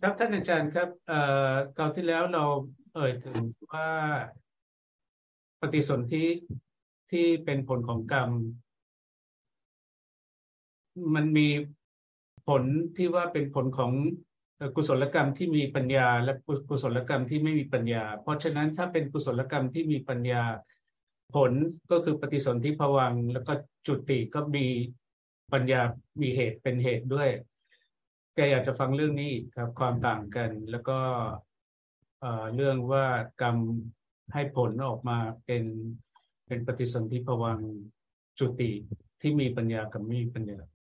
ครับท่านอาจารย์ครับคราวที่แล้วเราถึงว่าปฏิสนธิที่เป็นผลของกรรมมันมีผลที่ว่าเป็นผลของกุศลกรรมที่มีปัญญาและกุศลกรรมที่ไม่มีปัญญาเพราะฉะนั้นถ้าเป็นกุศลกรรมที่มีปัญญาผลก็คือปฏิสนธิภวังค์แล้วก็จุติก็มีปัญญามีเหตุเป็นเหตุด้วยแกอยากจะฟังเรื่องนี้อีกครับความต่างกันแล้วก็เรื่องว่ากรรมให้ผลออกมาเป็นปฏิสนธิภวังค์จุติที่มีปัญญากับไม่มีปัญญา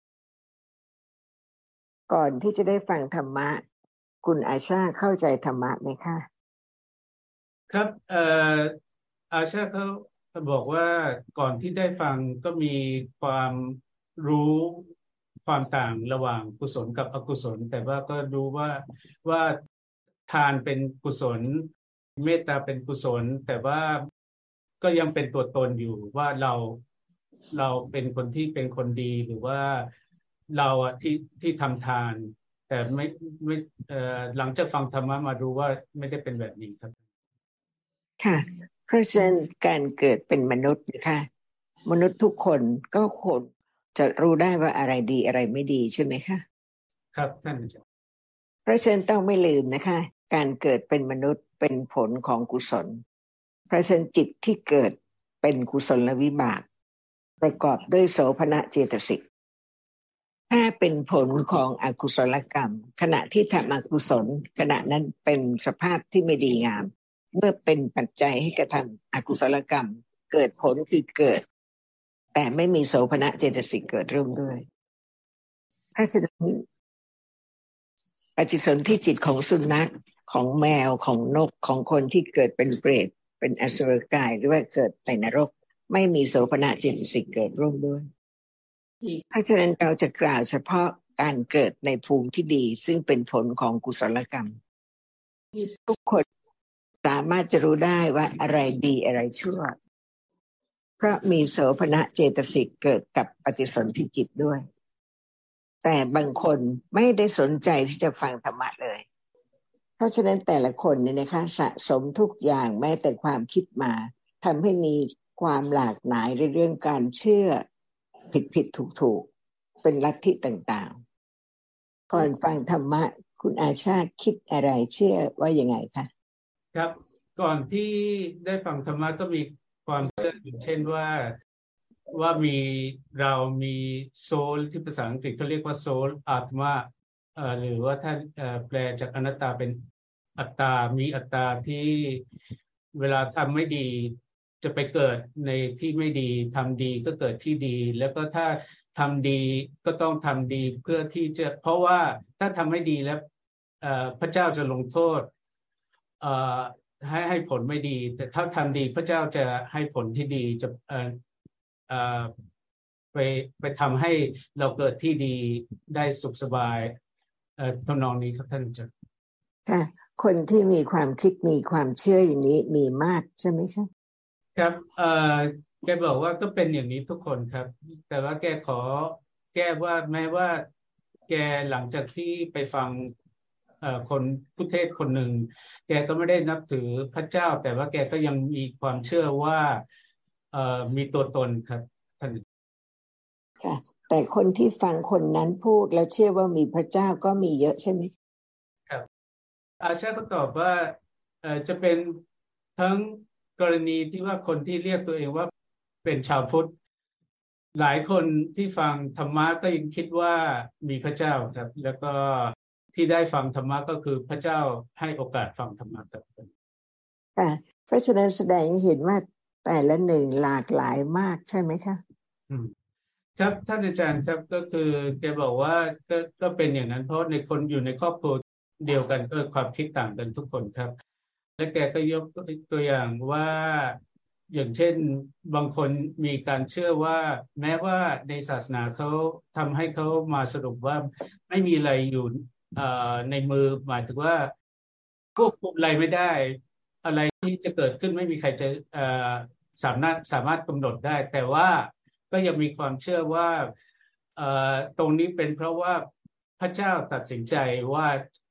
ก่อนที่จะได้ฟังธรรมะคุณอาชาเข้าใจธรรมะไหมคะครับอาชาเขาบอกว่าก่อนที่ได้ฟังก็มีความรู้ความต่างระหว่างกุศลกับอกุศลแต่ว่าก็รู้ว่าทานเป็นกุศลเมตตาเป็นกุศลแต่ว่าก็ยังเป็นตัวตนอยู่ว่าเราเป็นคนที่เป็นคนดีหรือว่าเราอะที่ทำทานแต่ไม่หลังจากฟังธรรมะมารู้ว่าไม่ได้เป็นแบบนี้ครับค่ะเพราะฉะนั้นการเกิดเป็นมนุษย์นะคะมนุษย์ทุกคนก็ควรจะรู้ได้ว่าอะไรดีอะไรไม่ดีใช่ไหมคะครับท่านอาจารย์เพราะฉะนั้นต้องไม่ลืมนะคะการเกิดเป็นมนุษย์เป็นผลของกุศลเพราะฉะนั้นจิตที่เกิดเป็นกุศลวิบากประกอบด้วยโสภณเจตสิกถ้าเป็นผลของอกุศลกรรมขณะที่ทำอกุศลขณะนั้นเป็นสภาพที่ไม่ดีงามเมื่อเป็นปัจจัยให้กระทำอกุศลกรรมเกิดผลคือเกิดแต่ไม่มีโสภณเจตสิกเกิดร่วมด้วยเพราะฉะนั้นปฏิสนธิจิตของสุนัขของแมวของนกของคนที่เกิดเป็นเปรตเป็นอสุรกายหรือว่าเกิดในนรกไม่มีโสภณเจตสิกเกิดร่วมด้วยเพราะฉะนั้นเราจะกล่าวเฉพาะการเกิดในภูมิที่ดีซึ่งเป็นผลของกุศลกรรมทุกคนสามารถจะรู้ได้ว่าอะไรดีอะไรชั่วเพราะมีโสภณเจตสิกเกิดกับปฏิสนธิจิตด้วยแต่บางคนไม่ได้สนใจที่จะฟังธรรมะเลยเพราะฉะนั้นแต่ละคนเนี่ยนะคะสะสมทุกอย่างแม้แต่ความคิดมาทำให้มีความหลากหลายในเรื่องการเชื่อผิดถูกเป็นลัทธิต่างๆก่อนฟังธรรมะคุณอาชาคิดอะไรเชื่อว่ายังไงคะครับก่อนที่ได้ฟังธรรมะก็มีความเชื่ออย่างเช่นว่าเรามีโซลที่ภาษาอังกฤษเขาเรียกว่าโซลอาตมาหรือว่าถ้าแปลจากอนัตตาเป็นอัตตามีอัตตาที่เวลาทำไม่ดีจะไปเกิดในที่ไม่ดีทำดีก็เกิดที่ดีแล้วก็ถ้าทำดีก็ต้องทำดีเพื่อที่จะเพราะว่าถ้าทำไม่ดีแล้วพระเจ้าจะลงโทษเอ่อให้ผลไม่ดีแต่ถ้าทำดีพระเจ้าจะให้ผลที่ดีจะเอ่อไปไปทำให้เราเกิดที่ดีได้สุขสบายทำนองนี้ครับท่านอาจารย์ค่ะคนที่มีความคิดมีความเชื่ออย่างนี้มีมากใช่ไหมคะครับแกบอกว่าก็เป็นอย่างนี้ทุกคนครับแต่ว่าแกขอแก้ว่าแม้ว่าแกหลังจากที่ไปฟังคนผู้เทศคนหนึ่งแกก็ไม่ได้นับถือพระเจ้าแต่ว่าแกก็ยังมีความเชื่อว่ามีตัวตนครับท่านค่ะแต่คนที่ฟังคนนั้นพูดแล้วเชื่อว่ามีพระเจ้าก็มีเยอะใช่ไหมครับอาชาก็ตอบว่าจะเป็นทั้งกรณีที่ว่าคนที่เรียกตัวเองว่าเป็นชาวพุทธหลายคนที่ฟังธรรมะก็ยังคิดว่ามีพระเจ้าครับแล้วก็ที่ได้ฟังธรรมะก็คือพระเจ้าให้โอกาสฟังธรรมะครับค่ะเพราะฉะนั้นแสดงให้เห็นว่าแต่ละหนึ่งหลากหลายมากใช่ไหมคะครับท่านอาจารย์ครับก็คือแกบอกว่าก็เป็นอย่างนั้นเพราะในคนอยู่ในครอบครัวเดียวกันก็ความคิดต่างกันทุกคนครับและแกก็ยกตัวอย่างว่าอย่างเช่นบางคนมีการเชื่อว่าแม้ว่าในศาสนาเขาทำให้เขามาสรุปว่าไม่มีอะไรอยู่ในมือหมายถึงว่าควบคุมอะไรไม่ได้อะไรที่จะเกิดขึ้นไม่มีใครจะสามารถกำหนดได้แต่ว่าก็ยังมีความเชื่อว่าตรงนี้เป็นเพราะว่าพระเจ้าตัดสินใจว่า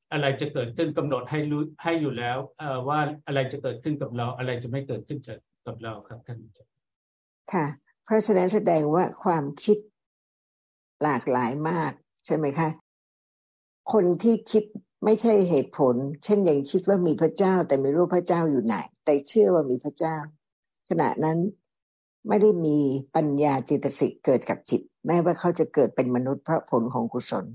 อะไรจะเกิดขึ้นกำหนดให้รู้ให้อยู่แล้วว่าอะไรจะเกิดขึ้นกับเราอะไรจะไม่เกิดขึ้นกับเราครับท่านค่ะเพราะฉะนั้นแสดงว่าความคิดหลากหลายมากใช่ไหมคะคนที่คิดไม่ใช่เหตุผลเช่นยังคิดว่ามีพระเจ้าแต่ไม่รู้พระเจ้าอยู่ไหนแต่เชื่อว่ามีพระเจ้าขณะนั้นไม่ได้มีปัญญาเจตสิกเกิดกับจิตแม้ว่าเขาจะเกิดเป็นมนุษย์เพราะผลของกุศล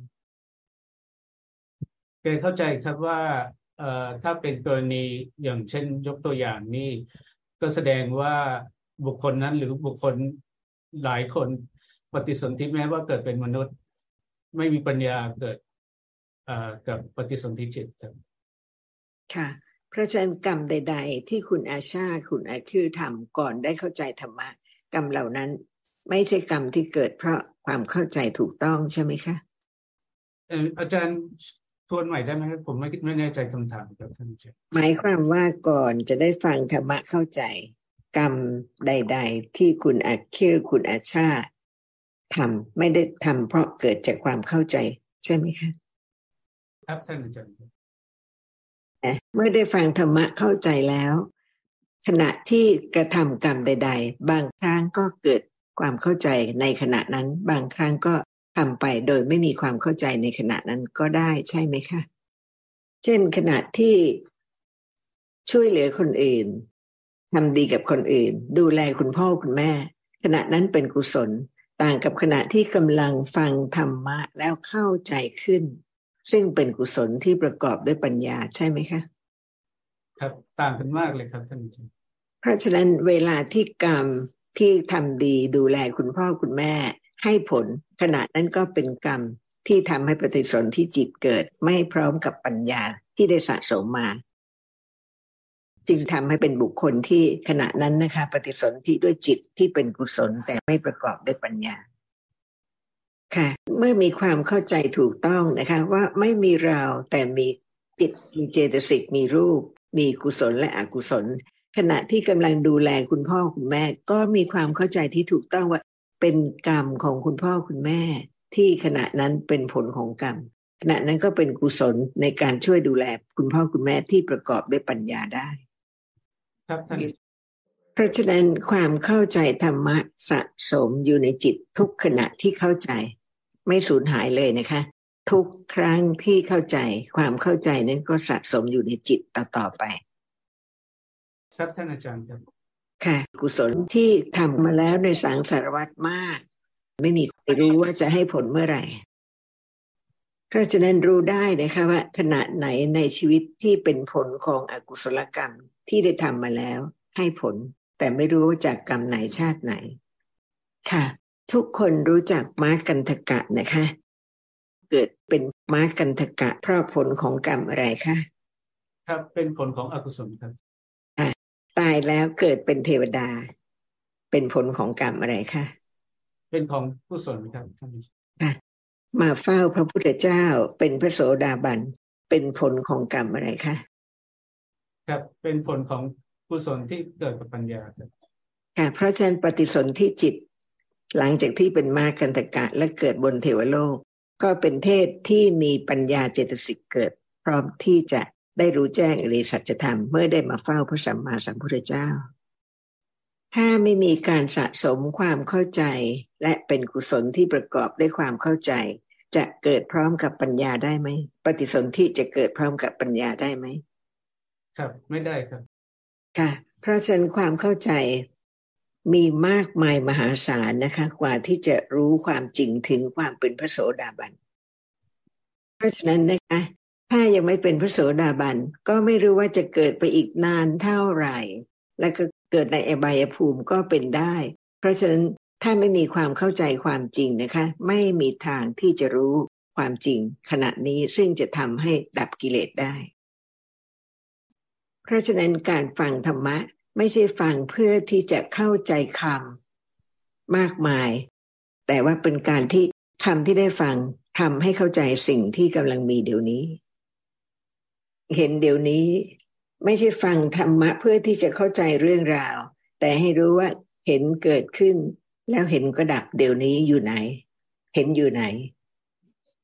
แกเข้าใจครับว่าถ้าเป็นกรณีอย่างเช่นยกตัวอย่างนี่ก็แสดงว่าบุคคลนั้นหรือบุคคลหลายคนปฏิสนธิแม้ว่าเกิดเป็นมนุษย์ไม่มีปัญญาเกิดกับปฏิสนธิจิตครับค่ะเพราะฉะนั้นกรรมใดๆที่คุณอาชาคุณอาคือทำก่อนได้เข้าใจธรรมะกรรมเหล่านั้นไม่ใช่กรรมที่เกิดเพราะความเข้าใจถูกต้องใช่ไหมคะอาจารย์ทวนใหม่ได้ไหมครับผมไม่แน่ใจคำถามครับท่านอาจารย์หมายความว่าก่อนจะได้ฟังธรรมะเข้าใจกรรมใดๆที่คุณอาคิวคุณอาชาทำไม่ได้ทำเพราะเกิดจากความเข้าใจใช่ไหมคะครับท่านอาจารย์เมื่อได้ฟังธรรมะเข้าใจแล้วขณะที่กระทำกรรมใดๆบางครั้งก็เกิดความเข้าใจในขณะนั้นบางครั้งก็ทำไปโดยไม่มีความเข้าใจในขณะนั้นก็ได้ใช่ไหมคะเช่นขณะที่ช่วยเหลือคนอื่นทำดีกับคนอื่นดูแลคุณพ่อคุณแม่ขณะนั้นเป็นกุศลต่างกับขณะที่กำลังฟังธรรมะแล้วเข้าใจขึ้นซึ่งเป็นกุศลที่ประกอบด้วยปัญญาใช่ไหมคะครับต่างกันมากเลยครับท่านอาจารย์เพราะฉะนั้นเวลาที่กรรมที่ทำดีดูแลคุณพ่อคุณแม่ให้ผลขณะนั้นก็เป็นกรรมที่ทำให้ปฏิสนธิจิตเกิดไม่พร้อมกับปัญญาที่ได้สะสมมาจึงทำให้เป็นบุคคลที่ขณะนั้นนะคะปฏิสนธิด้วยจิตที่เป็นกุศลแต่ไม่ประกอบด้วยปัญญาค่ะเมื่อมีความเข้าใจถูกต้องนะคะว่าไม่มีเราแต่มีจิตมีเจตสิกมีรูปมีกุศลและอกุศลขณะที่กำลังดูแลคุณพ่อคุณแม่ก็มีความเข้าใจที่ถูกต้องว่าเป็นกรรมของคุณพ่อคุณแม่ที่ขณะนั้นเป็นผลของกรรมขณะนั้นก็เป็นกุศลในการช่วยดูแลคุณพ่อคุณแม่ที่ประกอบด้วยปัญญาได้ครับท่านเพราะฉะนั้นความเข้าใจธรรมะสะสมอยู่ในจิตทุกขณะที่เข้าใจไม่สูญหายเลยนะคะทุกครั้งที่เข้าใจความเข้าใจนั้นก็สะสมอยู่ในจิตต่อไปครับท่านอาจารย์ครับค่ะกุศลที่ทำมาแล้วในสังสารวัฏมากไม่มีใครรู้ว่าจะให้ผลเมื่อไหร่เพราะฉะนั้นรู้ได้นะคะว่าขณะไหนในชีวิตที่เป็นผลของอกุศลกรรมที่ได้ทำมาแล้วให้ผลแต่ไม่รู้จากกรรมไหนชาติไหนค่ะทุกคนรู้จักม้ากันทกะนะคะเกิดเป็นม้ากันทกะเพราะผลของกรรมอะไรคะครับเป็นผลของอกุศลครับตายแล้วเกิดเป็นเทวดาเป็นผลของกรรมอะไรคะเป็นของกุศลครับท่านค่ะมาเฝ้าพระพุทธเจ้าเป็นพระโสดาบันเป็นผลของกรรมอะไรคะครับเป็นผลของกุศลที่เกิดกับปัญญาครับค่ะเพราะฉะนั้นปฏิสนธิจิตหลังจากที่เป็นม้ากันทกะและเกิดบนเทวโลกก็เป็นเทพที่มีปัญญาเจตสิกเกิดพร้อมที่จะได้รู้แจ้งอริยสัจธรรมเมื่อได้มาเฝ้าพระสัมมาสัมพุทธเจ้าถ้าไม่มีการสะสมความเข้าใจและเป็นกุศลที่ประกอบด้วยความเข้าใจจะเกิดพร้อมกับปัญญาได้ไหมปฏิสนธิจะเกิดพร้อมกับปัญญาได้ไหมครับไม่ได้ครับค่ะเพราะฉะนั้นความเข้าใจมีมากมายมหาศาลนะคะกว่าที่จะรู้ความจริงถึงความเป็นพระโสดาบันเพราะฉะนั้นนะคะถ้ายังไม่เป็นพระโสดาบันก็ไม่รู้ว่าจะเกิดไปอีกนานเท่าไหร่และก็เกิดในอบายภูมิก็เป็นได้เพราะฉะนั้นถ้าไม่มีความเข้าใจความจริงนะคะไม่มีทางที่จะรู้ความจริงขณะนี้ซึ่งจะทำให้ดับกิเลสได้เพราะฉะนั้นการฟังธรรมะไม่ใช่ฟังเพื่อที่จะเข้าใจคำมากมายแต่ว่าเป็นการที่คำที่ได้ฟังทำให้เข้าใจสิ่งที่กำลังมีเดี๋ยวนี้เห็นเดี๋ยวนี้ไม่ใช่ฟังธรรมะเพื่อที่จะเข้าใจเรื่องราวแต่ให้รู้ว่าเห็นเกิดขึ้นแล้วเห็นก็ดับเดี๋ยวนี้อยู่ไหนเห็นอยู่ไหน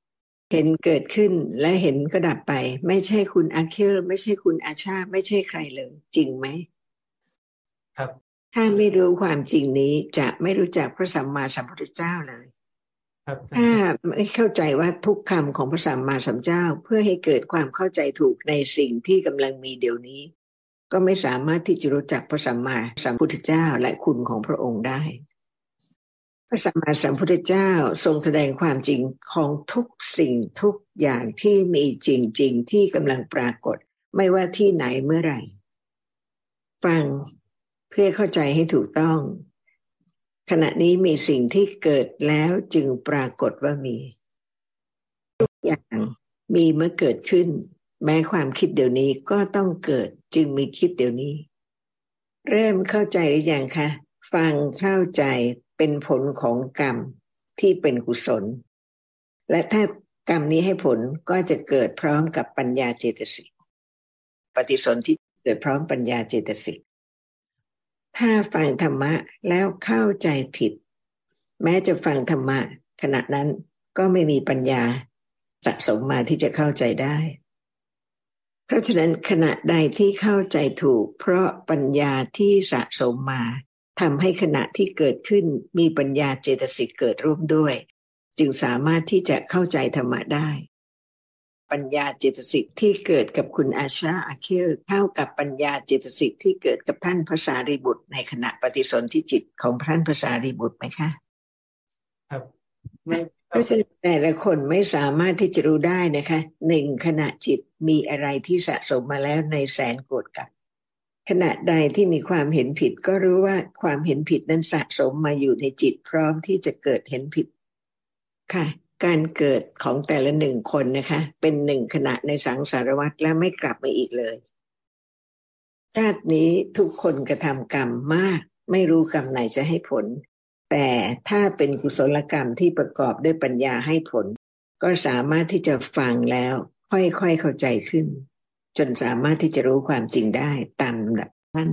เห็นเกิดขึ้นและเห็นก็ดับไปไม่ใช่คุณอาคิลไม่ใช่คุณอาชาไม่ใช่ใครเลยจริงไหมครับถ้าไม่รู้ความจริงนี้จะไม่รู้จักพระสัมมาสัมพุทธเจ้าเลยครับถ้าไม่เข้าใจว่าทุกคำของพระสัมมาสัมพุทธเจ้าเพื่อให้เกิดความเข้าใจถูกในสิ่งที่กำลังมีเดี๋ยวนี้ก็ไม่สามารถที่จะรู้จักพระสัมมาสัมพุทธเจ้าและคุณของพระองค์ได้พระสัมมาสัมพุทธเจ้าทรงแสดงความจริงของทุกสิ่งทุกอย่างที่มีจริงๆที่กำลังปรากฏไม่ว่าที่ไหนเมื่อไหร่ฟังเพื่อเข้าใจให้ถูกต้องขณะนี้มีสิ่งที่เกิดแล้วจึงปรากฏว่ามีทุกอย่างมีเมื่อเกิดขึ้นแม้ความคิดเดี๋ยวนี้ก็ต้องเกิดจึงมีคิดเดี๋ยวนี้เริ่มเข้าใจหรือยังคะฟังเข้าใจเป็นผลของกรรมที่เป็นกุศลและถ้ากรรมนี้ให้ผลก็จะเกิดพร้อมกับปัญญาเจตสิกปฏิสนธิเกิดพร้อมปัญญาเจตสิกถ้าฟังธรรมะแล้วเข้าใจผิดแม้จะฟังธรรมะขณะนั้นก็ไม่มีปัญญาสะสมมาที่จะเข้าใจได้เพราะฉะนั้นขณะใดที่เข้าใจถูกเพราะปัญญาที่สะสมมาทำให้ขณะที่เกิดขึ้นมีปัญญาเจตสิกเกิดร่วมด้วยจึงสามารถที่จะเข้าใจธรรมะได้ปัญญาเจตสิกที่เกิดกับคุณอาชาอาคิลเท่ากับปัญญาเจตสิกที่เกิดกับท่านพระสารีบุตรในขณะปฏิสนธิจิตของท่านพระสารีบุตรไหมคะครับเพราะฉะนั้นแต่ละคนไม่สามารถที่จะรู้ได้นะคะหนึ่งขณะจิตมีอะไรที่สะสมมาแล้วในแสนโกรธกับขณะใดที่มีความเห็นผิดก็รู้ว่าความเห็นผิดนั้นสะสมมาอยู่ในจิตพร้อมที่จะเกิดเห็นผิดค่ะการเกิดของแต่ละหนึ่งคนนะคะเป็นหนึ่งขณะในสังสารวัฏและไม่กลับมาอีกเลยชาตินี้ทุกคนกระทำกรรมมากไม่รู้กรรมไหนจะให้ผลแต่ถ้าเป็นกุศลกรรมที่ประกอบด้วยปัญญาให้ผลก็สามารถที่จะฟังแล้วค่อยๆเข้าใจขึ้นจนสามารถที่จะรู้ความจริงได้ตามลำดับขั้น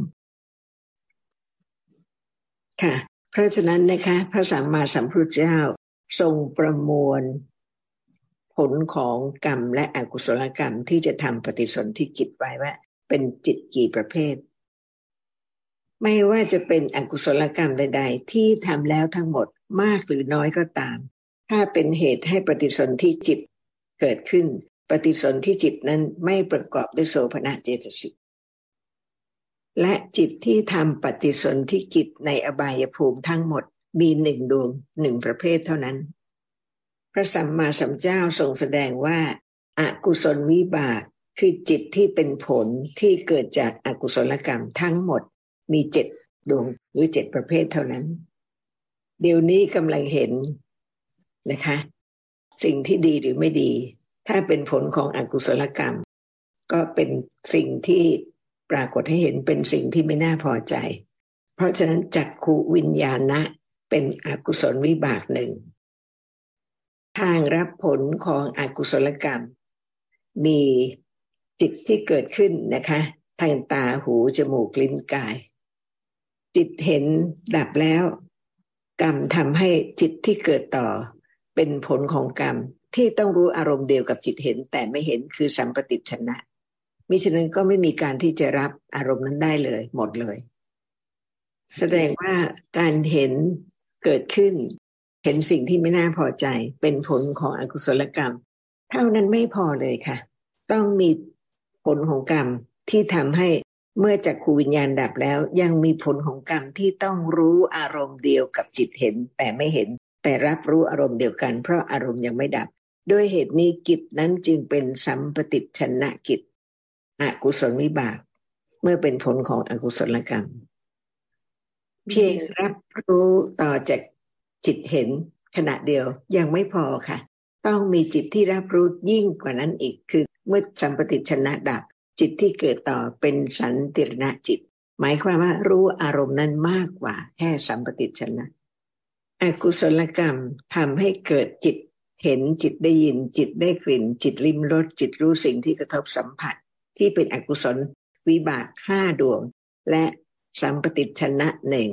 ค่ะเพราะฉะนั้นนะคะพระสัมมาสัมพุทธเจ้าทรงประมวลผลของกรรมและอกุศลกรรมที่จะทำปฏิสนธิจิตไว้ว่าเป็นจิตกี่ประเภทไม่ว่าจะเป็นอกุศลกรรมใดๆที่ทำแล้วทั้งหมดมากหรือน้อยก็ตามถ้าเป็นเหตุให้ปฏิสนธิจิตเกิดขึ้นปฏิสนธิจิตนั้นไม่ประกอบด้วยโสภณเจตสิกและจิตที่ทำปฏิสนธิจิตในอบายภูมิทั้งหมดมีหนึ่งดวงหนึ่งประเภทเท่านั้นพระสัมมาสัมพุทธเจ้าทรงแสดงว่าอกุศลวิบากคือจิตที่เป็นผลที่เกิดจากอกุศลกรรมทั้งหมดมี7ดวงหรือ7ประเภทเท่านั้นเดี๋ยวนี้กำลังเห็นนะคะสิ่งที่ดีหรือไม่ดีถ้าเป็นผลของอกุศลกรรมก็เป็นสิ่งที่ปรากฏให้เห็นเป็นสิ่งที่ไม่น่าพอใจเพราะฉะนั้นจักขุวิญญาณะเป็นอกุศลวิบากหนึ่งทางรับผลของอกุศลกรรมมีจิตที่เกิดขึ้นนะคะทางตาหูจมูกลิ้นกายจิตเห็นดับแล้วกรรมทำให้จิตที่เกิดต่อเป็นผลของกรรมที่ต้องรู้อารมณ์เดียวกับจิตเห็นแต่ไม่เห็นคือสัมปติชนะมิฉะนั้นก็ไม่มีการที่จะรับอารมณ์นั้นได้เลยหมดเลยแสดงว่าการเห็นเกิดขึ้นเห็นสิ่งที่ไม่น่าพอใจเป็นผลของอกุศลกรรมเท่านั้นไม่พอเลยค่ะต้องมีผลของกรรมที่ทำให้เมื่อจักขุวิญญาณดับแล้วยังมีผลของกรรมที่ต้องรู้อารมณ์เดียวกับจิตเห็นแต่ไม่เห็นแต่รับรู้อารมณ์เดียวกันเพราะอารมณ์ยังไม่ดับด้วยเหตุนี้กิจนั้นจึงเป็นสัมปติชนะกิจอกุศลวิบากเมื่อเป็นผลของอกุศลกรรมเพียงรับรู้ต่อจากจิตเห็นขณะเดียวยังไม่พอค่ะต้องมีจิตที่รับรู้ยิ่งกว่านั้นอีกคือเมื่อสัมปติชนะดับจิตที่เกิดต่อเป็นสันติรณจิตหมายความว่ารู้อารมณ์นั้นมากกว่าแค่สัมปติชนะอกุศลกรรมทำให้เกิดจิตเห็นจิตได้ยินจิตได้กลิ่นจิตลิ้มรสจิตรู้สิ่งที่กระทบสัมผัสที่เป็นอกุศลวิบาก5ดวงและสัมปติชนะ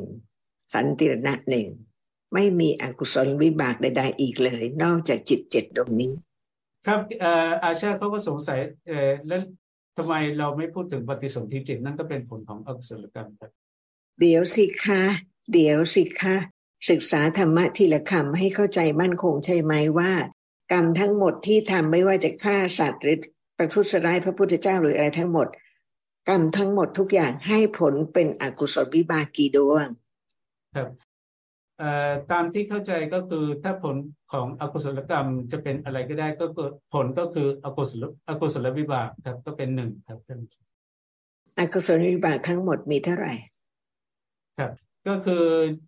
1สันติรณะ1ไม่มีอกุศลวิบากใดๆอีกเลยนอกจากจิต7ดวงนี้ครับอาชาเขาก็สงสัยแล้วทำไมเราไม่พูดถึงปฏิสนธิจิตนั่นก็เป็นผลของอกุศลกรรมครับเดี๋ยวสิคะเดี๋ยวสิคะศึกษาธรรมะทีละคำให้เข้าใจมั่นคงใช่ไหมว่ากรรมทั้งหมดที่ทำไม่ว่าจะฆ่าสัตว์หรือประทุษร้ายพระพุทธเจ้าหรืออะไรทั้งหมดกรรมทั้งหมดทุกอย่างให้ผลเป็นอกุศลวิบากกี่ดวงครับตามที่เข้าใจก็คือถ้าผลของอกุศลกรรมจะเป็นอะไรก็ได้ก็ผลก็คืออกุศลวิบากครับก็เป็นหนึ่งครับท่านอกุศลวิบากทั้งหมดมีเท่าไหร่ครับก็คือ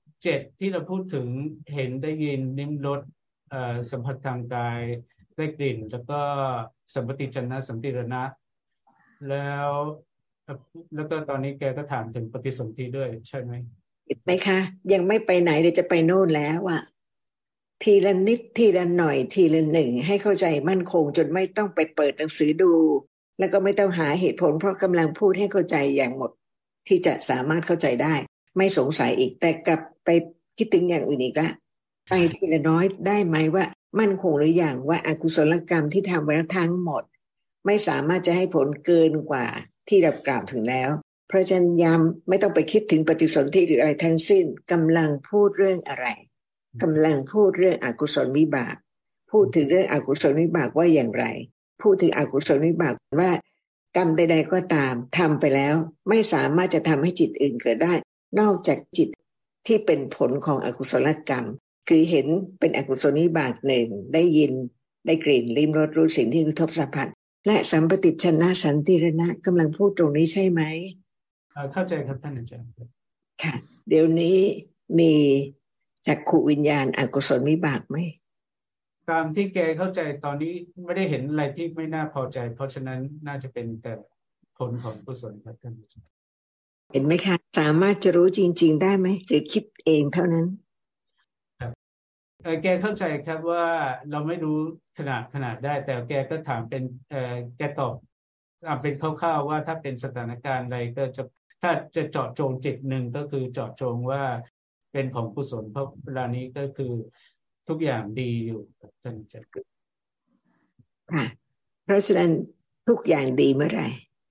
7ที่เราพูดถึงเห็นได้ยินลิ้มรสสัมผัสทางกายได้กลิ่นแล้วก็สัมปติจนะสัมติรณะแล้วแล้วก็ตอนนี้แกก็ถามถึงปฏิสนธิด้วยใช่ไหมเห็นไหมคะยังไม่ไปไหนเดี๋ยวจะไปโน่นแล้วอะทีละนิดทีละหน่อยทีละหนึ่งให้เข้าใจมั่นคงจนไม่ต้องไปเปิดหนังสือดูแล้วก็ไม่ต้องหาเหตุผลเพราะกำลังพูดให้เข้าใจอย่างหมดที่จะสามารถเข้าใจได้ไม่สงสัยอีกแต่กลับไปคิดถึงอย่างอื่นอีกละไปทีละน้อยได้ไหมว่ามั่นคงหรืออย่างว่าอากุศลกรรมที่ทำไว้ทั้งหมดไม่สามารถจะให้ผลเกินกว่าที่เรากล่าวถึงแล้วเพราะฉะนั้นย้ำไม่ต้องไปคิดถึงปฏิสนธิหรืออะไรทั้งสิ้นกำลังพูดเรื่องอะไรกำลังพูดเรื่องอกุศลวิบากพูดถึงเรื่องอกุศลวิบากว่าอย่างไรพูดถึงอกุศลวิบากว่ากรรมใดๆก็ตามทำไปแล้วไม่สามารถจะทำให้จิตอื่นเกิดได้นอกจากจิตที่เป็นผลของอกุศลกรรมคือเห็นเป็นอกุศลวิบากหนึ่งได้ยินได้กลิ่นลิ้มรสรู้สิ่งที่กระทบสัมผัสและสัมปติชนะสันติรณะกำลังพูดตรงนี้ใช่ไหมเข้าใจครับท่านอาจารย์ค่ะเดี๋ยวนี้มีจักขุวิญญาณอกุศลวิบากไหมตามที่แกเข้าใจตอนนี้ไม่ได้เห็นอะไรที่ไม่น่าพอใจเพราะฉะนั้นน่าจะเป็นแต่ผลของกุศลครับท่านอาจารย์เห็นไหมคะสามารถจะรู้จริงๆได้ไหมหรือคิดเองเท่านั้นครับแกเข้าใจครับว่าเราไม่รู้ขนาดได้แต่แกก็ถามเป็นแกตอบเป็นคร่าวๆว่าถ้าเป็นสถานการณ์ใดก็จะถ้าจะเจาะจงจิตหนึ่งก็คือเจาะจงว่าเป็นของกุศลเพราะเวลานี้ก็คือทุกอย่างดีอยู่ครับท่านอาจารย์ค่ะเพราะฉะนั้นทุกอย่างดีเมื่อไหร่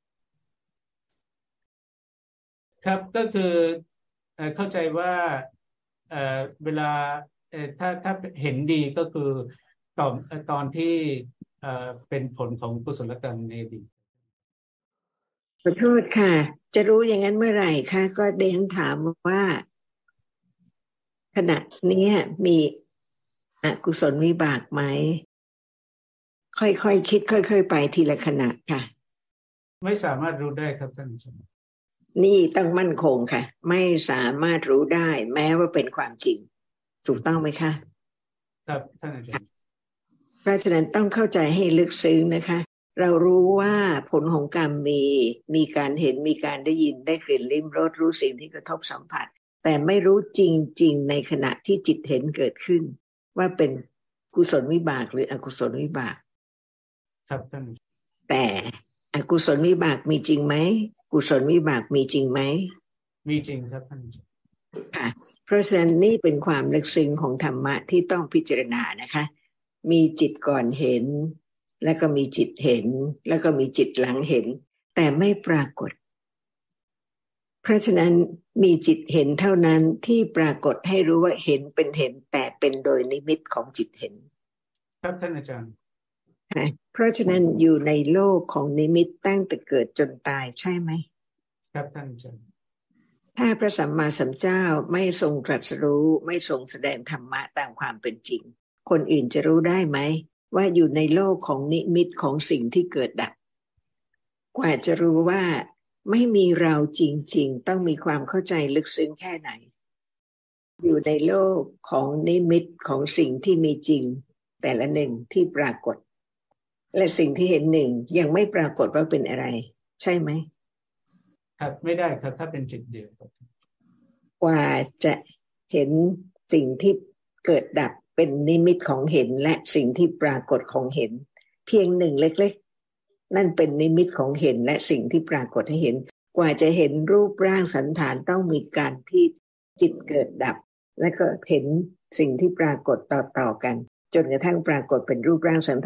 ครับก็คือเข้าใจว่าเวลาถ้าเห็นดีก็คือตอนที่เป็นผลของกุศลกรรมในอดีตขอโทษค่ะจะรู้อย่างนั้นเมื่อไหร่คะก็เดนถามว่าขณะนี้มีอกุศลวิบากไหมค่อยๆคิดค่อยๆไปทีละขณะค่ะไม่สามารถรู้ได้ครับท่านอาจารย์นี่ต้องมั่นคงค่ะไม่สามารถรู้ได้แม้ว่าเป็นความจริงถูกต้องไหมคะครับท่านอาจารย์เพราะฉะนั้นต้องเข้าใจให้ลึกซึ้งนะคะเรารู้ว่าผลของกรรมมีการเห็นมีการได้ยินได้กลิ่นลิ้มรสรู้สิ่งที่กระทบสัมผัสแต่ไม่รู้จริงๆในขณะที่จิตเห็นเกิดขึ้นว่าเป็นกุศลวิบากหรืออกุศลวิบากครับท่านแต่อกุศลวิบากมีจริงไหมกุศลวิบากมีจริงไหมมีจริงครับท่านค่ะเพราะฉะนั้นนี่เป็นความลึกซึ้งของธรรมะที่ต้องพิจารณานะคะมีจิตก่อนเห็นแล้วก็มีจิตเห็นแล้วก็มีจิตหลังเห็นแต่ไม่ปรากฏเพราะฉะนั้นมีจิตเห็นเท่านั้นที่ปรากฏให้รู้ว่าเห็นเป็นเห็นแต่เป็นโดยนิมิตของจิตเห็นครับท่านอาจารย์เพราะฉะนั้นอยู่ในโลกของนิมิตตั้งแต่เกิดจนตายใช่ไหมครับท่านอาจารย์ถ้าพระสัมมาสัมพุทธเจ้าไม่ทรงตรัสรู้ไม่ทรงแสดงธรรมะตามความเป็นจริงคนอื่นจะรู้ได้ไหมว่าอยู่ในโลกของนิมิตของสิ่งที่เกิดดับกว่าจะรู้ว่าไม่มีเราจริงๆต้องมีความเข้าใจลึกซึ้งแค่ไหนอยู่ในโลกของนิมิตของสิ่งที่มีจริงแต่ละหนึ่งที่ปรากฏและสิ่งที่เห็นหนึ่งยังไม่ปรากฏว่าเป็นอะไรใช่ไหมครับไม่ได้ครับถ้าเป็นจิตเดียวกว่าจะเห็นสิ่งที่เกิดดับเป็นนิมิตของเห็นและสิ่งที่ปรากฏของเห็นเพียงหนึ่งเล็กๆนั่นเป็นนิมิตของเห็นและสิ่งที่ปรากฏให้เห็นกว่าจะเห็นรูปร่างสันฐานต้องมีการที่จิตเกิดดับและก็เห็นสิ่งที่ปรากฏต่อกันจนกระทั่งปรากฏเป็นรูปร่างสันฐาน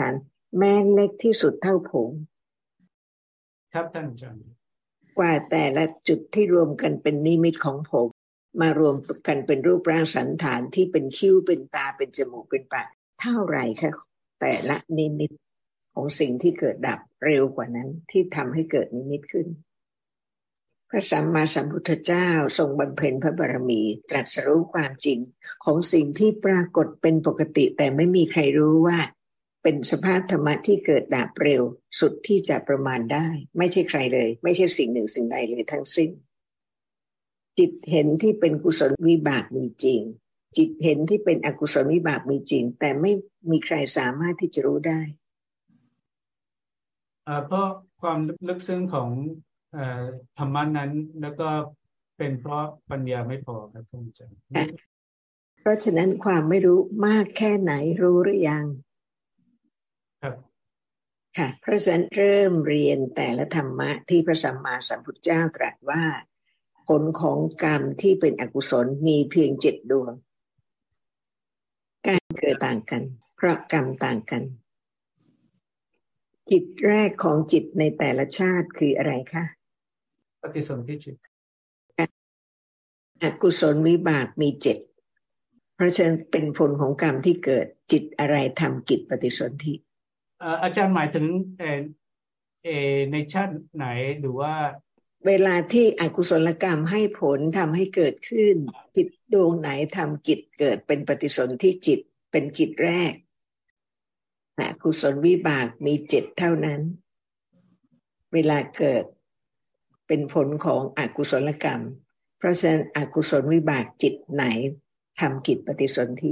แม้เล็กที่สุดเท่าผงครับท่านอาจารย์กว่าแต่ละจุดที่รวมกันเป็นนิมิตของผมมารวมกันเป็นรูปร่างสันฐานที่เป็นคิ้วเป็นตาเป็นจมูกเป็นปากเท่าไหร่คะแต่ละนิมิตของสิ่งที่เกิดดับเร็วกว่านั้นที่ทำให้เกิดนิมิตขึ้นพระสัมมาสัมพุทธเจ้าทรงบำเพ็ญพระบารมีตรัสรู้ความจริงของสิ่งที่ปรากฏเป็นปกติแต่ไม่มีใครรู้ว่าเป็นสภาพธรรมะที่เกิดดับเร็วสุดที่จะประมาณได้ไม่ใช่ใครเลยไม่ใช่สิ่งหนึ่งสิ่งใดเลยทั้งสิ้นจิตเห็นที่เป็นกุศลวิบากมีจริงจิตเห็นที่เป็นอกุศลวิบากมีจริงแต่ไม่มีใครสามารถที่จะรู้ได้เพราะความลึกซึ้งของธรรมะนั้นแล้วก็เป็นเพราะปัญญาไม่พอครับท่านอาจารย์เพราะฉะนั้นความไม่รู้มากแค่ไหนรู้หรือยังครับค่ะเพราะฉะนั้นเริ่มเรียนแต่ละธรรมะที่พระสัมมาสัมพุทธเจ้าตรัสว่าผลของกรรมที่เป็นอกุศลมีเพียง7 ดวงการเกิดต่างกันเพราะกรรมต่างกันจิตแรกของจิตในแต่ละชาติคืออะไรคะปฏิสนธิจิตอกุศลวิบากมี7เพราะฉะนั้นเป็นผลของกรรมที่เกิดจิตอะไรทำกิจปฏิสนธิอาจารย์หมายถึงในชาติไหนหรือว่าเวลาที่อกุศลกรรมให้ผลทำให้เกิดขึ้นจิตดวงไหนทำกิจเกิดเป็นปฏิสนธิจิตเป็นกิจแรกอกุศลวิบากมี7เท่านั้นเวลาเกิดเป็นผลของอกุศลกรรมเพราะฉะนั้นอกุศลวิบากจิตไหนทำกิจปฏิสนธิ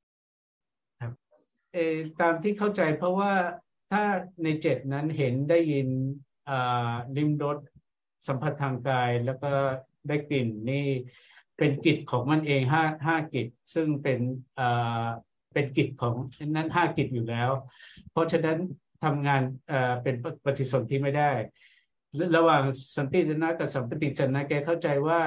ตามที่เข้าใจเพราะว่าถ้าใน7นั้นเห็นได้ยินลิ้มรสสัมผัสทางกายแล้วก็ได้กลิ่นนี่เป็นกิจของมันเองห้ากิจซึ่งเป็นกิจของนั้น5 กิจอยู่แล้วเพราะฉะนั้นทำงานเป็นปฏิสนธิไม่ได้ระหว่างสันติจนะกับสัมปติจนะแกเข้าใจว่า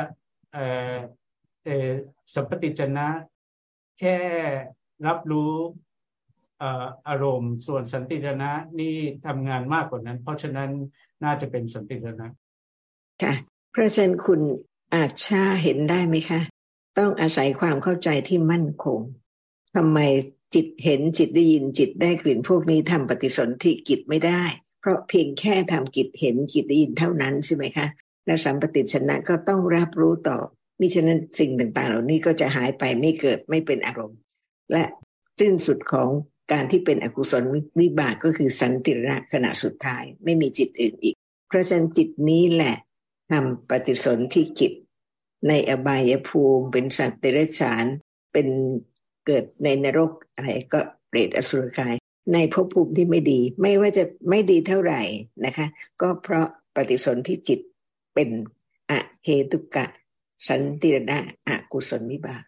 สัมปติจนะแค่รับรู้อารมณ์ส่วนสันติจนะนี่ทำงานมากกว่านั้นเพราะฉะนั้นน่าจะเป็นสันติจนะค่ะเพราะฉะนั้นคุณอาจชาเห็นได้ไหมคะต้องอาศัยความเข้าใจที่มั่นคงทำไมจิตเห็นจิตได้ยินจิตได้กลิ่นพวกนี้ทำปฏิสนธิกิจไม่ได้เพราะเพียงแค่ทำกิจเห็นกิจได้ยินเท่านั้นใช่ไหมคะและสัมปติชนะก็ต้องรับรู้ต่อมิฉะนั้นสิ่งต่างๆเหล่านี้ก็จะหายไปไม่เกิดไม่เป็นอารมณ์และสิ้นสุดของการที่เป็นอกุศลวิบากก็คือสันติระขณะสุดท้ายไม่มีจิตอื่นอีกเพราะฉะนั้นจิตนี้แหละทำปฏิสนธิกิจในอบายภูมิเป็นสัตว์เดรัจฉานเป็นเกิดในนรกอะไรก็เปรตอสุรกายในภพภูมิที่ไม่ดีไม่ว่าจะไม่ดีเท่าไหร่นะคะก็เพราะปฏิสนธิจิตเป็นอเหตุกะสันติระอกุศลวิบาก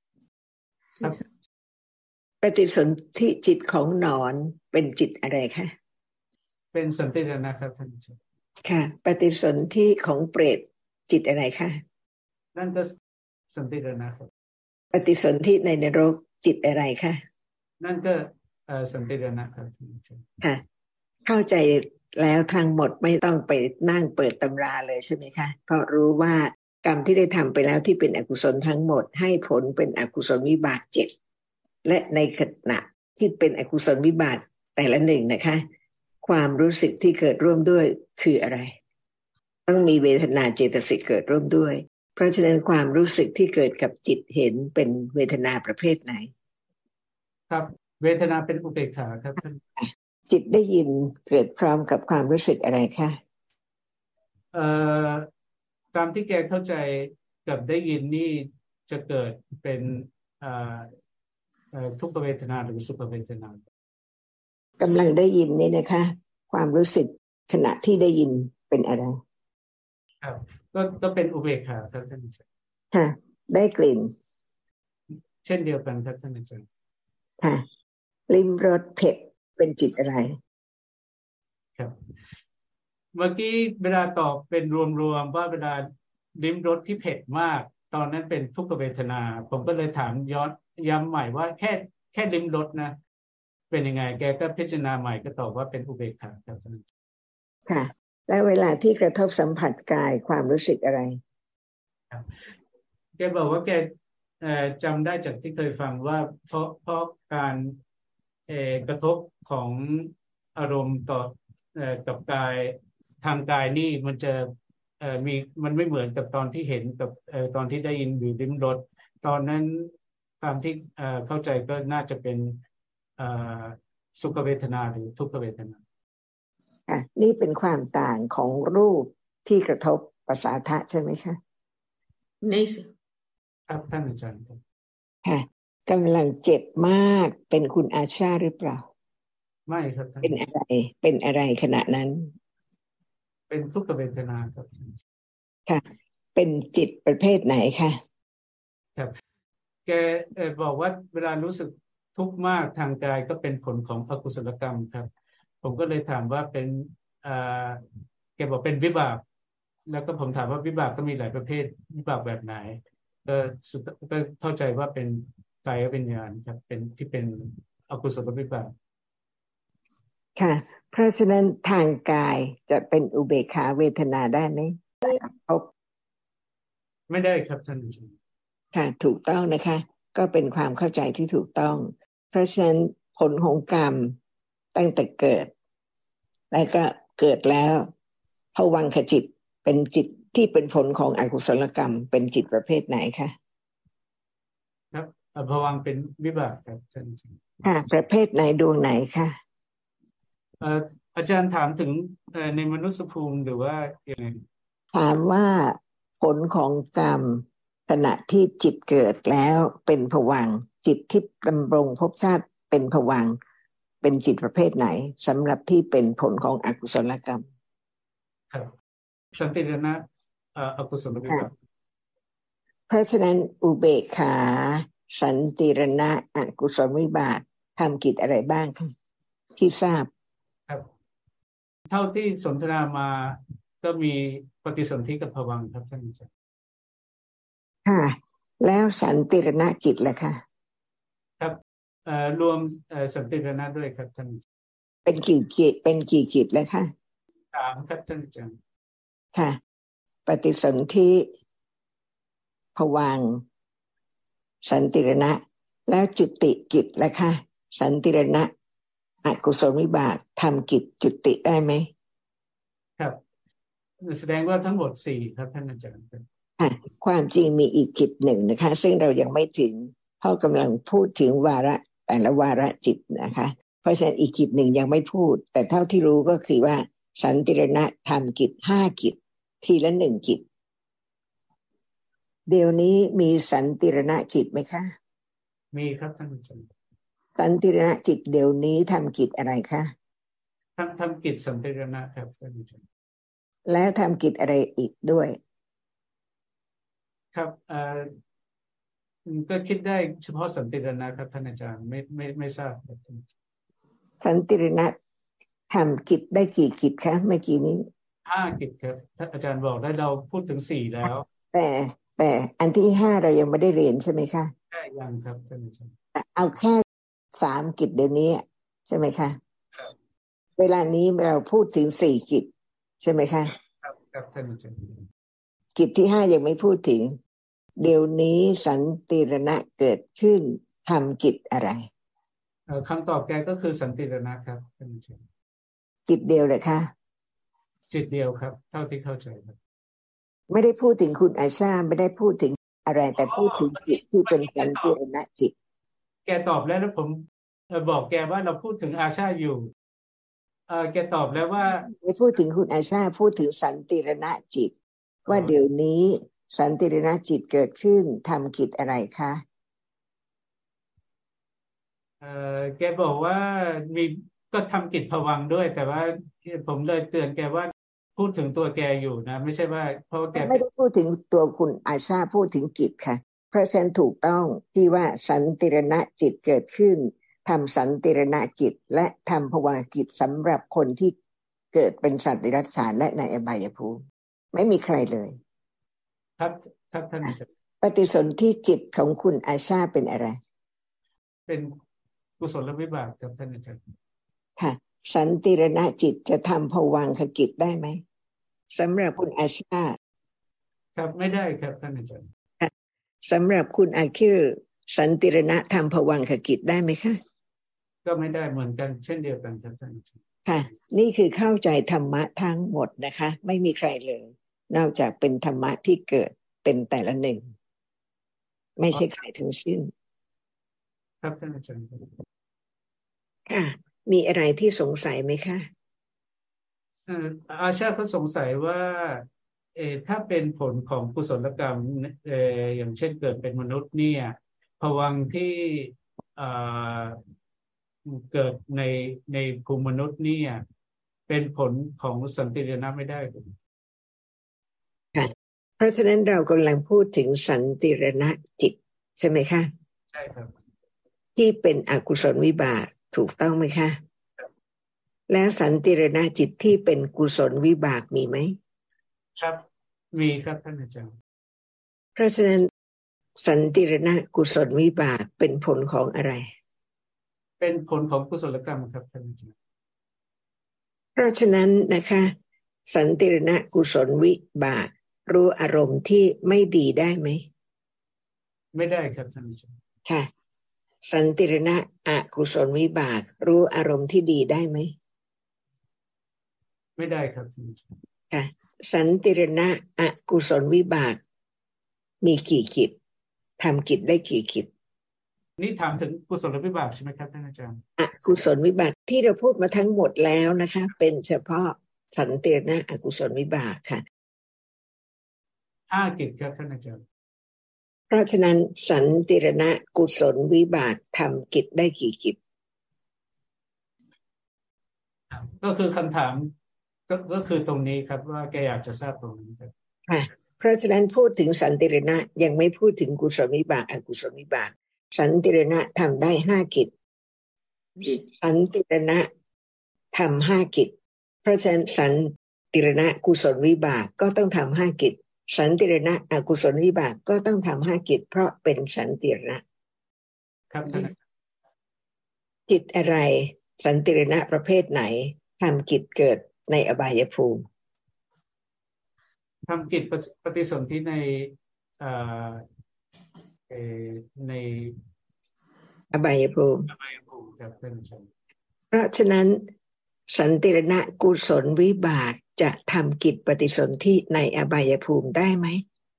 ปฏิสนธิจิตของหนอนเป็นจิตอะไรคะเป็นสันติระนะครับท่านอาจารย์ค่ะปฏิสนธิของเปรตจิตอะไรคะนั่นก็สันติระนะครับปฏิสนธิในนรกจิตอะไรคะนั่นก็สันติระนะครับค่ะเข้าใจแล้วทั้งหมดไม่ต้องไปนั่งเปิดตำราเลยใช่ไหมคะเพราะรู้ว่ากรรมที่ได้ทำไปแล้วที่เป็นอกุศลทั้งหมดให้ผลเป็นอกุศลวิบาก7และในขณะที่เป็นอกุศลวิบากแต่ละหนึ่งนะคะความรู้สึกที่เกิดร่วมด้วยคืออะไรต้องมีเวทนาเจตสิกเกิดร่วมด้วยเพราะฉะนั้นความรู้สึกที่เกิดกับจิตเห็นเป็นเวทนาประเภทไหนครับเวทนาเป็นอุเบกขาครับท่านจิตได้ยินเกิดพร้อมกับความรู้สึกอะไรคะตามที่แกเข้าใจกับได้ยินนี่จะเกิดเป็นทุกขเวทนาหรือสุขเวทนากำลังได้ยินนี่นะคะความรู้สึกขณะที่ได้ยินเป็นอะไรครับก็เป็นอุเบกขาครับท่านอาจารย์ค่ะได้กลิ่นเช่นเดียวกันครับท่านอาจารย์ค่ะลิ้มรสเผ็ดเป็นจิตอะไรครับเมื่อกี้เวลาตอบเป็นรวมๆว่าเวลาลิ้มรสที่เผ็ดมากตอนนั้นเป็นทุกขเวทนาผมก็เลยถามย้ำใหม่ว่าแค่ลิ้มรสนะเป็นยังไงแกก็พิจารณาใหม่ก็ตอบว่าเป็นอุเบกขาครับค่ะแล้วเวลาที่กระทบสัมผัสกายความรู้สึกอะไรครับแกบอกว่าแกจำได้จากที่เคยฟังว่าเพราะการกระทบของอารมณ์ต่อกับกายทางกายนี่มันจะมีมันไม่เหมือนกับตอนที่เห็นกับตอนที่ได้ยินหรือลิ้มรสตอนนั้นตามที่เข้าใจก็น่าจะเป็นสุขเวทนาหรือทุกขเวทนานี่เป็นความต่างของรูปที่กระทบประสาทะใช่ไหมคะนี่สิครับท่านอาจารย์ค่ะกำลังเจ็บมากเป็นคุณอาชาหรือเปล่าไม่ครับเป็นอะไรขณะนั้นเป็นทุกขเวทนาครับค่ะเป็นจิตประเภทไหนคะครับแกบอกว่าเวลารู้สึกทุกข์มากทางกายก็เป็นผลของอกุศลกรรมครับผมก็เลยถามว่าเป็นแกบอกเป็นวิบากแล้วก็ผมถามว่าวิบากก็มีหลายประเภทวิบากแบบไหนก็ก็เข้าใจว่าเป็นกายวิญญาณครับเป็นที่เป็นอกุศลวิบากค่ะเพราะฉะนั้นทางกายจะเป็นอุเบกขาเวทนาได้ไหมไม่ได้ครับท่านอาจารย์ค่ะถูกต้องนะคะก็เป็นความเข้าใจที่ถูกต้องเพราะฉะนั้นผลของกรรมตั้งแต่เกิดแล้วก็เกิดแล้วภวังคจิตเป็นจิตที่เป็นผลของอกุศลกรรมเป็นจิตประเภทไหนคะครับภวังค์เป็นวิบากครับท่านอาจารย์ค่ะประเภทไหนดวงไหนคะอาจารย์ถามถึงในมนุษยภูมิหรือว่าอย่างไรถามว่าผลของกรรมขณะที่จิตเกิดแล้วเป็นภวังค์จิตที่ดำรงภพชาติเป็นภวังค์เป็นจิตประเภทไหนสำหรับที่เป็นผลของอกุศลกรรมครับสันติรณะอกุศลวิบากเพราะฉะนั้นอุเบกขาสันติรณะอกุศลวิบากทำกิจอะไรบ้างคะที่ทราบครับเท่าที่สนทนามาก็มีปฏิสนธิกับภวังค์ครับท่านอาจารย์ค่ะแล้วสันติรณะจิตล่ะคะครับรวมสันติรณะด้วยครับท่านเป็นกี่จิตแล้วคะ 3ครับท่านอาจารย์ค่ะปฏิสนธิภวังค์สันติรณะแล้วจุติกิจล่ะคะสันติรณะอกุศลวิบากทำกิจจุติได้ไหมครับแสดงว่าทั้งหมด4ครับท่านอาจารย์ความจริงมีอีกกิจหนึ่งนะคะซึ่งเรายังไม่ถึงเพราะกำลังพูดถึงวาระแต่ละวาระจิตนะคะเพราะฉะนั้นอีกกิจหนึ่งยังไม่พูดแต่เท่าที่รู้ก็คือว่าสันติรณะทำกิจ5 กิจทีละ1 กิจเดี๋ยวนี้มีสันติรณะจิตไหมคะมีครับท่านอาจารย์สันติรณะจิตเดี๋ยวนี้ทำกิจอะไรคะทำกิจสันติรณะครับท่านอาจารย์แล้วทำกิจอะไรอีกด้วยครับก็คิดได้เฉพาะสันติรณะครับท่านอาจารย์ไม่ทราบครับสันติรณะทำกิจได้กี่กิจคะเมื่อกี้นี้ 5 กิจครับท่านอาจารย์บอกได้เราพูดถึง4แล้วแต่อันที่5เรายังไม่ได้เรียนใช่ไหมคะใช่ยังครับท่านอาจารย์เอาแค่3 กิจเดี๋ยวนี้ใช่ไหมคะเวลานี้เราพูดถึง4 กิจใช่ไหมคะครับท่านอาจารย์กิจที่5ยังไม่พูดถึงเดี๋ยวนี้สันติรณะเกิดขึ้นทำกิจอะไรคำตอบแกก็คือสันติรณะครับท่านอาจารย์กิจเดียวเลยคะจิตเดียวครับเท่าที่เข้าใจครับไม่ได้พูดถึงคุณอาชาไม่ได้พูดถึงอะไรแต่พูดถึงจิตที่เป็นสันติรณะจิตแกตอบแล้วผมบอกแกว่าเราพูดถึงอาชาอยู่แกตอบแล้วว่าไม่พูดถึงคุณอาชาพูดถึงสันติรณะจิตว่าเดี๋ยวนี้สันติรณะจิตเกิดขึ้นทำกิจอะไรคะแกบอกว่ามีก็ทำกิจภวังค์ด้วยแต่ว่าผมเลยเตือนแกว่าพูดถึงตัวแกอยู่นะไม่ใช่ว่าเพราะแกไม่ได้พูดถึงตัวคุณอาชาพูดถึงกิจค่ะเพราะฉะนั้นถูกต้องที่ว่าสันติรณะจิตเกิดขึ้นทำสันติรณะจิตและทำภวกิจสำหรับคนที่เกิดเป็นสัตว์เดรัจฉานและในอบายภูมิไม่มีใครเลยครับท่านปฏิสนธิจิตของคุณอาชาเป็นอะไรเป็นกุศลวิบากครับท่านอาจารย์ค่ะสันติรณจิตจะทำภวังคกิจได้ไหมสำหรับคุณอาชาครับไม่ได้ครับท่านอาจารย์สำหรับคุณอาคิรสันติรณะทำภวังคกิจได้ไหมคะก็ไม่ได้เหมือนกันเช่นเดียวกันครับท่านอาจารย์ค่ะนี่คือเข้าใจธรรมะทั้งหมดนะคะไม่มีใครเลยนอกจากเป็นธรรมะที่เกิดเป็นแต่ละหนึ่งไม่ใช่ใครทั้งสิ้นครับท่านอาจารย์ค่ะมีอะไรที่สงสัยไหมคะอาชาเขาสงสัยว่าถ้าเป็นผลของกุศลกรรมอย่างเช่นเกิดเป็นมนุษย์เนี่ยภวังค์ที่เกิดในภูมิมนุษย์เนี่ยเป็นผลของสันติรณะไม่ได้ค่ะเพราะฉะนั้นเรากำลังพูดถึงสันติรณจิตใช่ไหมคะใช่ครับที่เป็นอกุศลวิบากถูกต้องไหมคะแล้วสันติรณจิตที่เป็นกุศลวิบากมีไหมครับมีครับท่านอาจารย์เพราะฉะนั้นสันติรณกุศลวิบากเป็นผลของอะไรเป็นผลของกุศลกรรมครับท่านอาจารย์เพราะฉะนั้นนะคะสันติรณกุศลวิบากรู้อารมณ์ที่ไม่ดีได้ไหมไม่ได้ครับท่านอาจารย์ค่ะสันติรณอกุศลวิบากรู้อารมณ์ที่ดีได้ไหมไม่ได้ครับท่านอาจารย์ค่ะสันติรณอกุศลวิบากมีกี่กิจทำกิจได้กี่กิจนี่ถามถึงกุศลวิบากใช่ไหมครับท่านอาจารย์อกุศลวิบากที่เราพูดมาทั้งหมดแล้วนะคะเป็นเฉพาะสันติรณอกุศลวิบากค่ะ 5 กิจครับท่านอาจารย์เพราะฉะนั้นสันติรณกุศลวิบากทำกิจได้กี่กิจก็คือคำถามก็คือตรงนี้ครับว่าแกอยากจะทราบตรงนี้ครับค่ะเพราะฉะนั้นพูดถึงสันติรณะยังไม่พูดถึงกุศลวิบากอกุศลวิบากสันติรณะทำได้5 กิจสันติรณะทำ5 กิจเพราะฉะนั้นสันติรณะกุศลวิบากก็ต้องทำ5 กิจสันติรณะอกุศลวิบากก็ต้องทำ5 กิจเพราะเป็นสันติรณะครับท่านกิจอะไรสันติรณะประเภทไหนทำกิจเกิดในอบายภูมิทำกิจปฏิสนธิในในอบายภูมิครับท่านอาจารย์เพราะฉะนั้นสันติรณกุศลวิบากจะทำกิจปฏิสนธิในอบายภูมิได้ไหม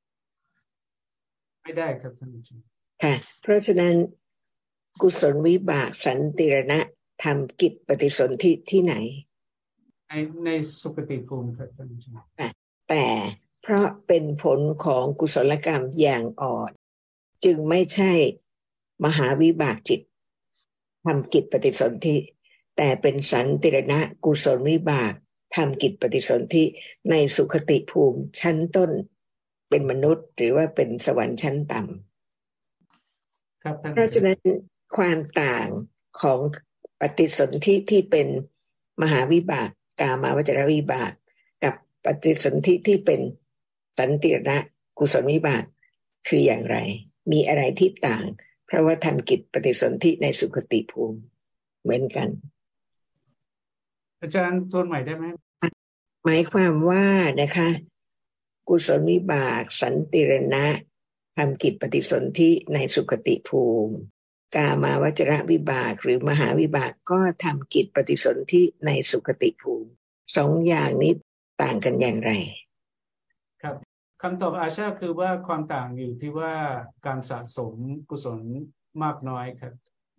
ไม่ได้ครับท่านอาจารย์ค่ะเพราะฉะนั้นกุศลวิบากสันติรณะทำกิจปฏิสนธิที่ไหนในสุคติภูมิครับท่านอาจารย์แต่เพราะเป็นผลของกุศลกรรมอย่างอ่อนจึงไม่ใช่มหาวิบากจิตทำกิจปฏิสนธิแต่เป็นสันติรณะกุศลวิบากทำกิจปฏิสนธิในสุคติภูมิชั้นต้นเป็นมนุษย์หรือว่าเป็นสวรรค์ชั้นต่ำเพราะฉะนั้นความต่างของปฏิสนธิที่เป็นมหาวิบากกามาวจรวิบากกับปฏิสนธิที่เป็นสันติรณะกุศลวิบากคืออย่างไรมีอะไรที่ต่างเพราะว่าทำกิจปฏิสนธิในสุคติภูมิเหมือนกันอาจารย์ทวนใหม่ได้ไหมหมายความว่านะคะกุศลวิบากสันติรณะทำกิจปฏิสนธิในสุคติภูมิกามาวจรวิบากหรือมหาวิบากก็ทำกิจปฏิสนธิในสุคติภูมิ2 อย่างนี้ต่างกันอย่างไรครับคำตอบอาชาคือว่าความต่างอยู่ที่ว่าการสะสมกุศลมากน้อยครับ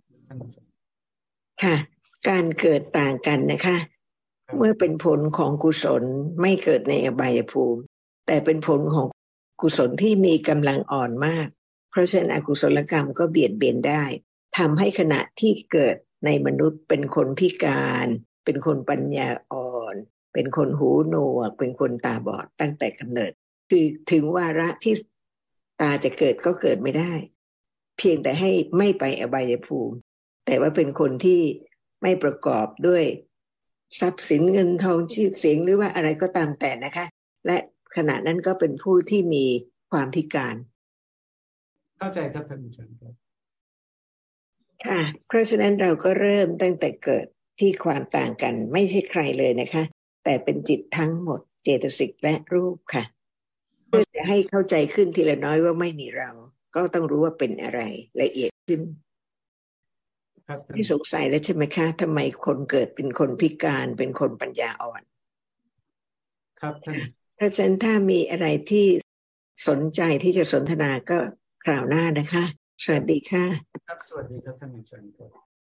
ค่ะการเกิดต่างกันนะคะเมื่อเป็นผลของกุศลไม่เกิดในอบายภูมิแต่เป็นผลของกุศลที่มีกำลังอ่อนมากเพราะฉะนั้นอกุศลกรรมก็เบียดเบียนได้ทำให้ขณะที่เกิดในมนุษย์เป็นคนพิการเป็นคนปัญญาอ่อนเป็นคนหูหนวกเป็นคนตาบอดตั้งแต่กำเนิดคือถึงวาระที่ตาจะเกิดก็เกิดไม่ได้เพียงแต่ให้ไม่ไปอบายภูมิแต่ว่าเป็นคนที่ไม่ประกอบด้วยทรัพย์สินเงินทองชื่อเสียงหรือว่าอะไรก็ตามแต่นะคะและขณะนั้นก็เป็นผู้ที่มีความพิการเข้าใจครับท่านอาจารย์ครับค่ะเพราะฉะนั้นเราก็เริ่มตั้งแต่เกิดที่ความต่างกันไม่ใช่ใครเลยนะคะแต่เป็นจิตทั้งหมดเจตสิกและรูปค่ะเพื่อจะให้เข้าใจขึ้นทีละน้อยว่าไม่มีเราก็ต้องรู้ว่าเป็นอะไรละเอียดขึ้นที่สงสัยแล้วใช่ไหมคะทำไมคนเกิดเป็นคนพิการเป็นคนปัญญาอ่อนครับท่านเพราะฉะนั้นถ้ามีอะไรที่สนใจที่จะสนทนาก็คราวหน้านะคะสวัสดีค่ะครับสวัสดีครับท่านอาจารย์ครับ